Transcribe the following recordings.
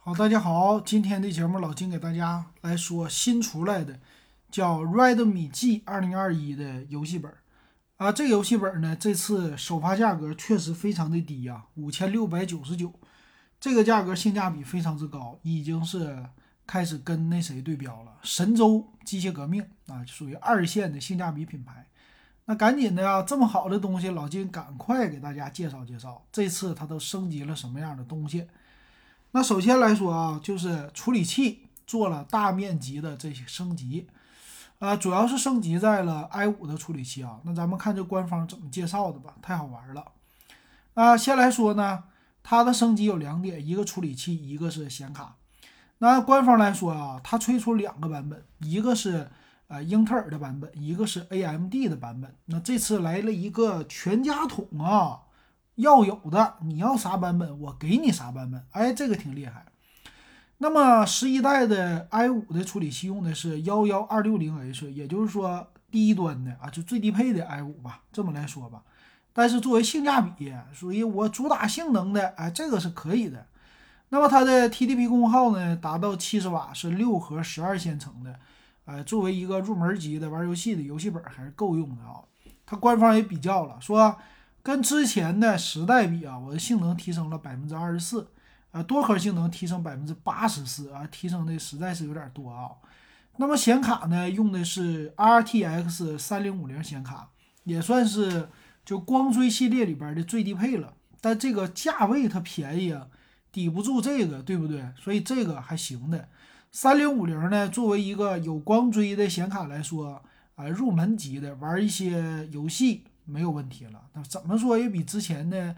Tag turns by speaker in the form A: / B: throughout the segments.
A: 好，大家好，今天的节目老金给大家来说新出来的叫《Redmi G 2021》的游戏本啊。这个游戏本呢，这次首发价格确实非常的低呀，5699，这个价格性价比非常之高，已经是开始跟那谁对标了，神州机械革命啊，属于二线的性价比品牌。那赶紧的呀，这么好的东西，老金赶快给大家介绍介绍，这次它都升级了什么样的东西。那首先来说啊，就是处理器做了大面积的这些升级，主要是升级在了 i5的处理器啊。那咱们看这官方怎么介绍的吧，太好玩了。先来说呢，它的升级有两点，一个处理器，一个是显卡。那官方来说啊，它推出两个版本，一个是英特尔的版本，一个是 AMD 的版本。那这次来了一个全家桶啊，要有的，你要啥版本，我给你啥版本。哎，这个挺厉害。那么11代的 i5 的处理器用的是11260H，也就是说低端的啊，就最低配的 i5 吧，这么来说吧。但是作为性价比，属于我主打性能的，哎，这个是可以的。那么它的 TDP 功耗呢，达到70瓦，是6核12线程的，作为一个入门级的玩游戏的游戏本还是够用的啊。它官方也比较了，说跟之前的10代比啊，我的性能提升了24%，多核性能提升84%啊，提升的实在是有点多啊。那么显卡呢，用的是 RTX 3050显卡，也算是就光追系列里边的最低配了，但这个价位它便宜啊，抵不住这个，对不对？所以这个还行的。3050呢，作为一个有光追的显卡来说，入门级的玩一些游戏没有问题了。那怎么说也比之前的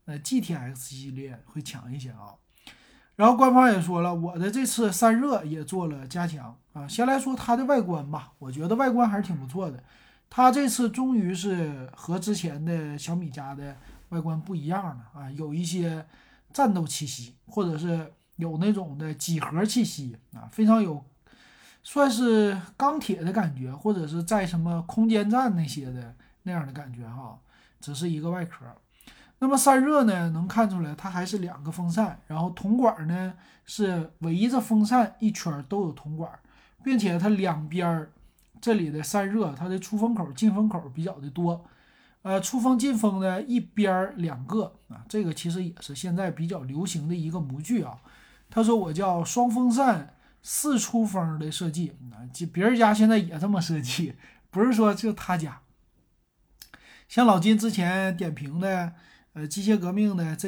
A: GTX 系列会强一些啊。然后官方也说了，我的这次散热也做了加强啊。先来说它的外观吧，我觉得外观还是挺不错的。它这次终于是和之前的小米家的外观不一样了啊，有一些战斗气息，或者是有那种的几何气息啊，非常有算是钢铁的感觉，或者是在什么空间站那些的那样的感觉哈。只是一个外壳。那么散热呢，能看出来它还是两个风扇，然后铜管呢是围着风扇一圈都有铜管，并且它两边这里的散热，它的出风口、进风口比较的多。出风进风呢一边两个啊，这个其实也是现在比较流行的一个模具啊。他说我叫双风扇四出风的设计啊，别人家现在也这么设计，不是说就他家。像老金之前点评的，机械革命的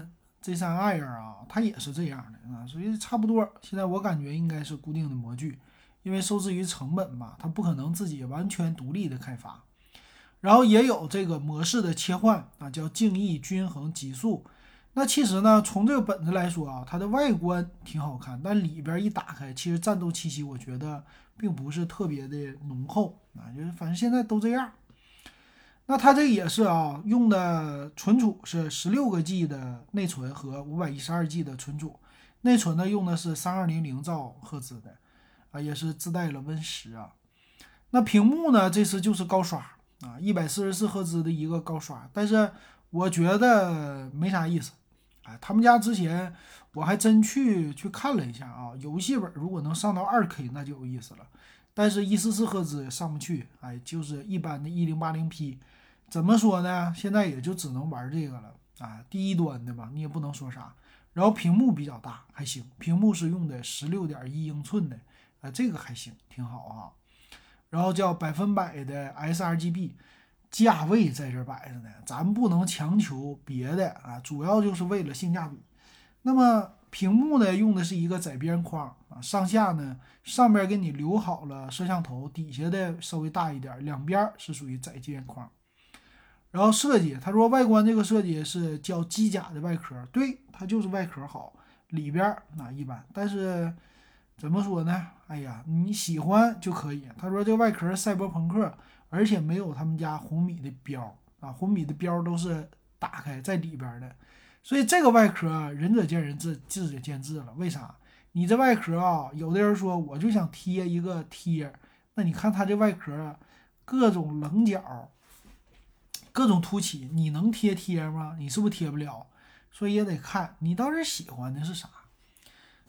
A: Z3 Air 啊，它也是这样的啊，所以差不多。现在我感觉应该是固定的模具，因为受制于成本嘛，它不可能自己完全独立的开发。然后也有这个模式的切换啊，叫静谧、均衡、极速。那其实呢，从这个本子来说啊，它的外观挺好看，但里边一打开，其实战斗气息我觉得并不是特别的浓厚啊，就是反正现在都这样。那它这也是啊，用的存储是16个G 的内存和512G 的存储，内存呢用的是3200兆赫兹的，也是自带了Win10啊。那屏幕呢，这次就是高刷啊，144赫兹的一个高刷，但是我觉得没啥意思。他们家之前我还真去看了一下啊，游戏本如果能上到2K 那就有意思了，但是144赫兹上不去，就是一般的1080P。怎么说呢？现在也就只能玩这个了啊，低一端的吧，你也不能说啥。然后屏幕比较大，还行，屏幕是用的16.1英寸的，这个还行，挺好啊。然后叫100%的 sRGB，价位在这摆着呢，咱不能强求别的啊，主要就是为了性价比。那么屏幕呢，用的是一个窄边框啊，上下呢，上边给你留好了摄像头，底下的稍微大一点，两边是属于窄边框。然后设计，他说外观这个设计是叫机甲的外壳，对，它就是外壳好，里边一般，但是怎么说呢？哎呀，你喜欢就可以。他说这外壳赛博朋克，而且没有他们家红米的标啊，红米的标都是打开在里边的，所以这个外壳仁者见仁，智者见智了。为啥？你这外壳啊，有的人说我就想贴一个贴，那你看它这外壳各种棱角。各种凸起，你能贴吗？你是不是贴不了？所以也得看你到底喜欢的是啥。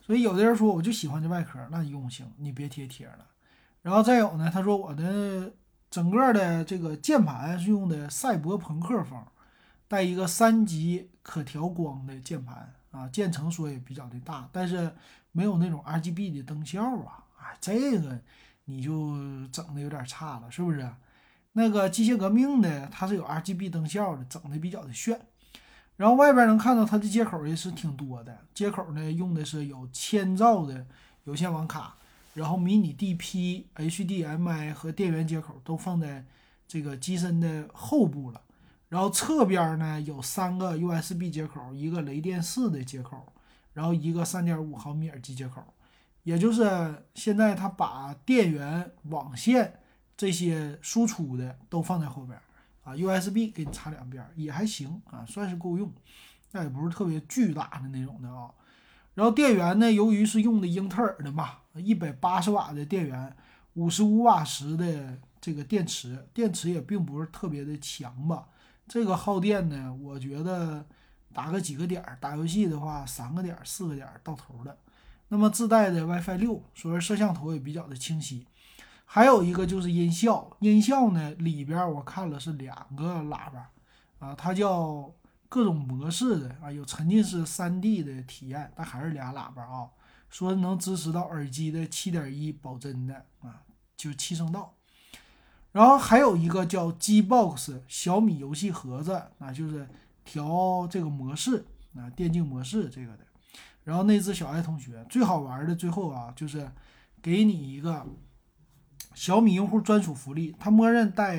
A: 所以有的人说我就喜欢这外壳，那你用行，你别贴贴了。然后再有呢，他说我的整个的这个键盘是用的赛博朋克风，带一个3级可调光的键盘啊，键程说也比较的大，但是没有那种 RGB 的灯效啊，哎，这个你就整的有点差了，是不是？那个机械革命的它是有 RGB 灯效的，整的比较的炫。然后外边能看到它的接口也是挺多的，接口呢用的是有1000兆的有线网卡，然后迷你 DP、HDMI 和电源接口都放在这个机身的后部了。然后侧边呢有3个 USB 接口，一个雷电4的接口，然后一个3.5毫米耳机接口。也就是现在它把电源、网线这些输出的都放在后边啊，USB 给你插两边也还行啊，算是够用，那也不是特别巨大的那种的啊。然后电源呢，由于是用的英特尔的嘛，180瓦的电源，55瓦时的这个电池，电池也并不是特别的强吧。这个耗电呢，我觉得打个几个点儿，打游戏的话3个点、4个点到头了。那么自带的 WiFi 6，所以摄像头也比较的清晰。还有一个就是音效，音效呢里边我看了是2个喇叭啊，它叫各种模式的啊，有沉浸式3D 的体验，但还是俩喇叭啊，说能支持到耳机的7.1保真的啊，就是7声道。然后还有一个叫 Gbox 小米游戏盒子啊，就是调这个模式啊，电竞模式这个的。然后那只小爱同学最好玩的最后啊，就是给你一个小米用户专属福利，它默认带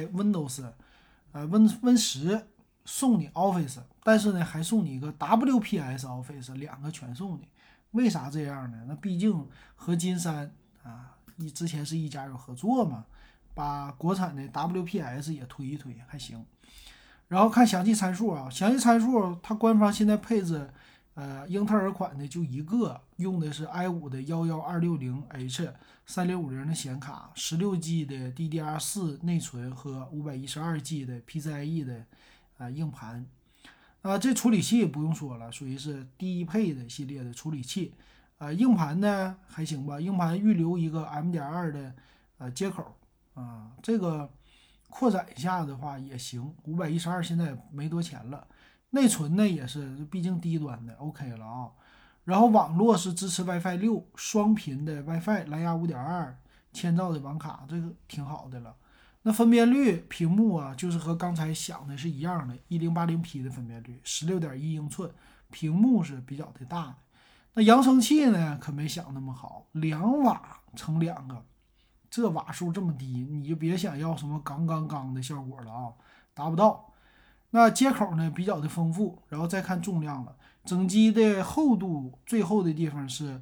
A: Windows，Win10送你 Office，但是呢还送你一个 WPS Office，2个全送你。为啥这样呢？那毕竟和金山啊，之前是一家有合作嘛，把国产的 WPS 也推一推，还行。然后看详细参数啊，详细参数它官方现在配置，英特尔款的就一个，用的是 i5的11260H 3050的显卡，16G 的 DDR4内存和512G 的 PCIe 的硬盘。这处理器不用说了，属于是低配的系列的处理器。硬盘呢还行吧，硬盘预留一个 M.2的接口这个扩展一下的话也行。512现在没多钱了，内存呢也是，毕竟低端的 OK 了啊。然后网络是支持 WiFi 6双频的 WiFi，蓝牙5.2，1000兆的网卡，这个挺好的了。那分辨率屏幕啊，就是和刚才想的是一样的，1080P 的分辨率，16.1英寸，屏幕是比较的大的。那扬声器呢，可没想那么好，2瓦乘2个，这瓦数这么低，你就别想要什么刚刚刚的效果了啊，达不到。那接口呢比较的丰富，然后再看重量了，整机的厚度最厚的地方是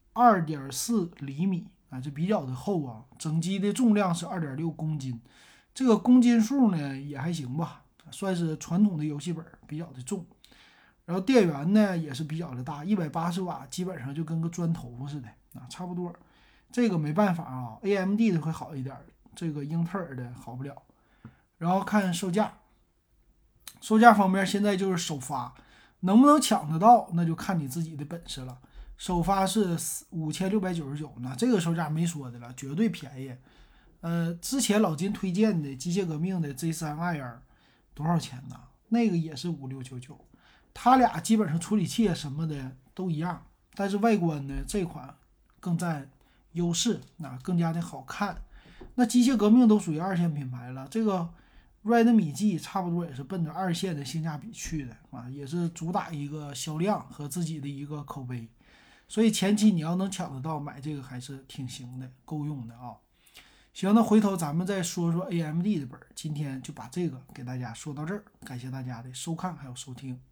A: 2.4厘米啊，这比较的厚啊。整机的重量是2.6公斤，这个公斤数呢也还行吧，算是传统的游戏本比较的重。然后电源呢也是比较的大，180瓦，基本上就跟个砖头似的啊，差不多。这个没办法啊，AMD 的会好一点，这个英特尔的好不了。然后看售价，售价方面现在就是首发，能不能抢得到那就看你自己的本事了。首发是5699，那这个售价没说的了，绝对便宜。之前老金推荐的机械革命的 Z3Air 多少钱呢？那个也是5699，它俩基本上处理器什么的都一样，但是外观呢这款更占优势，那更加的好看。那机械革命都属于二线品牌了，这个 Redmi G 差不多也是奔着二线的性价比去的啊，也是主打一个销量和自己的一个口碑，所以前期你要能抢得到买这个还是挺行的，够用的啊。行，那回头咱们再说说 AMD 的本，今天就把这个给大家说到这儿，感谢大家的收看还有收听。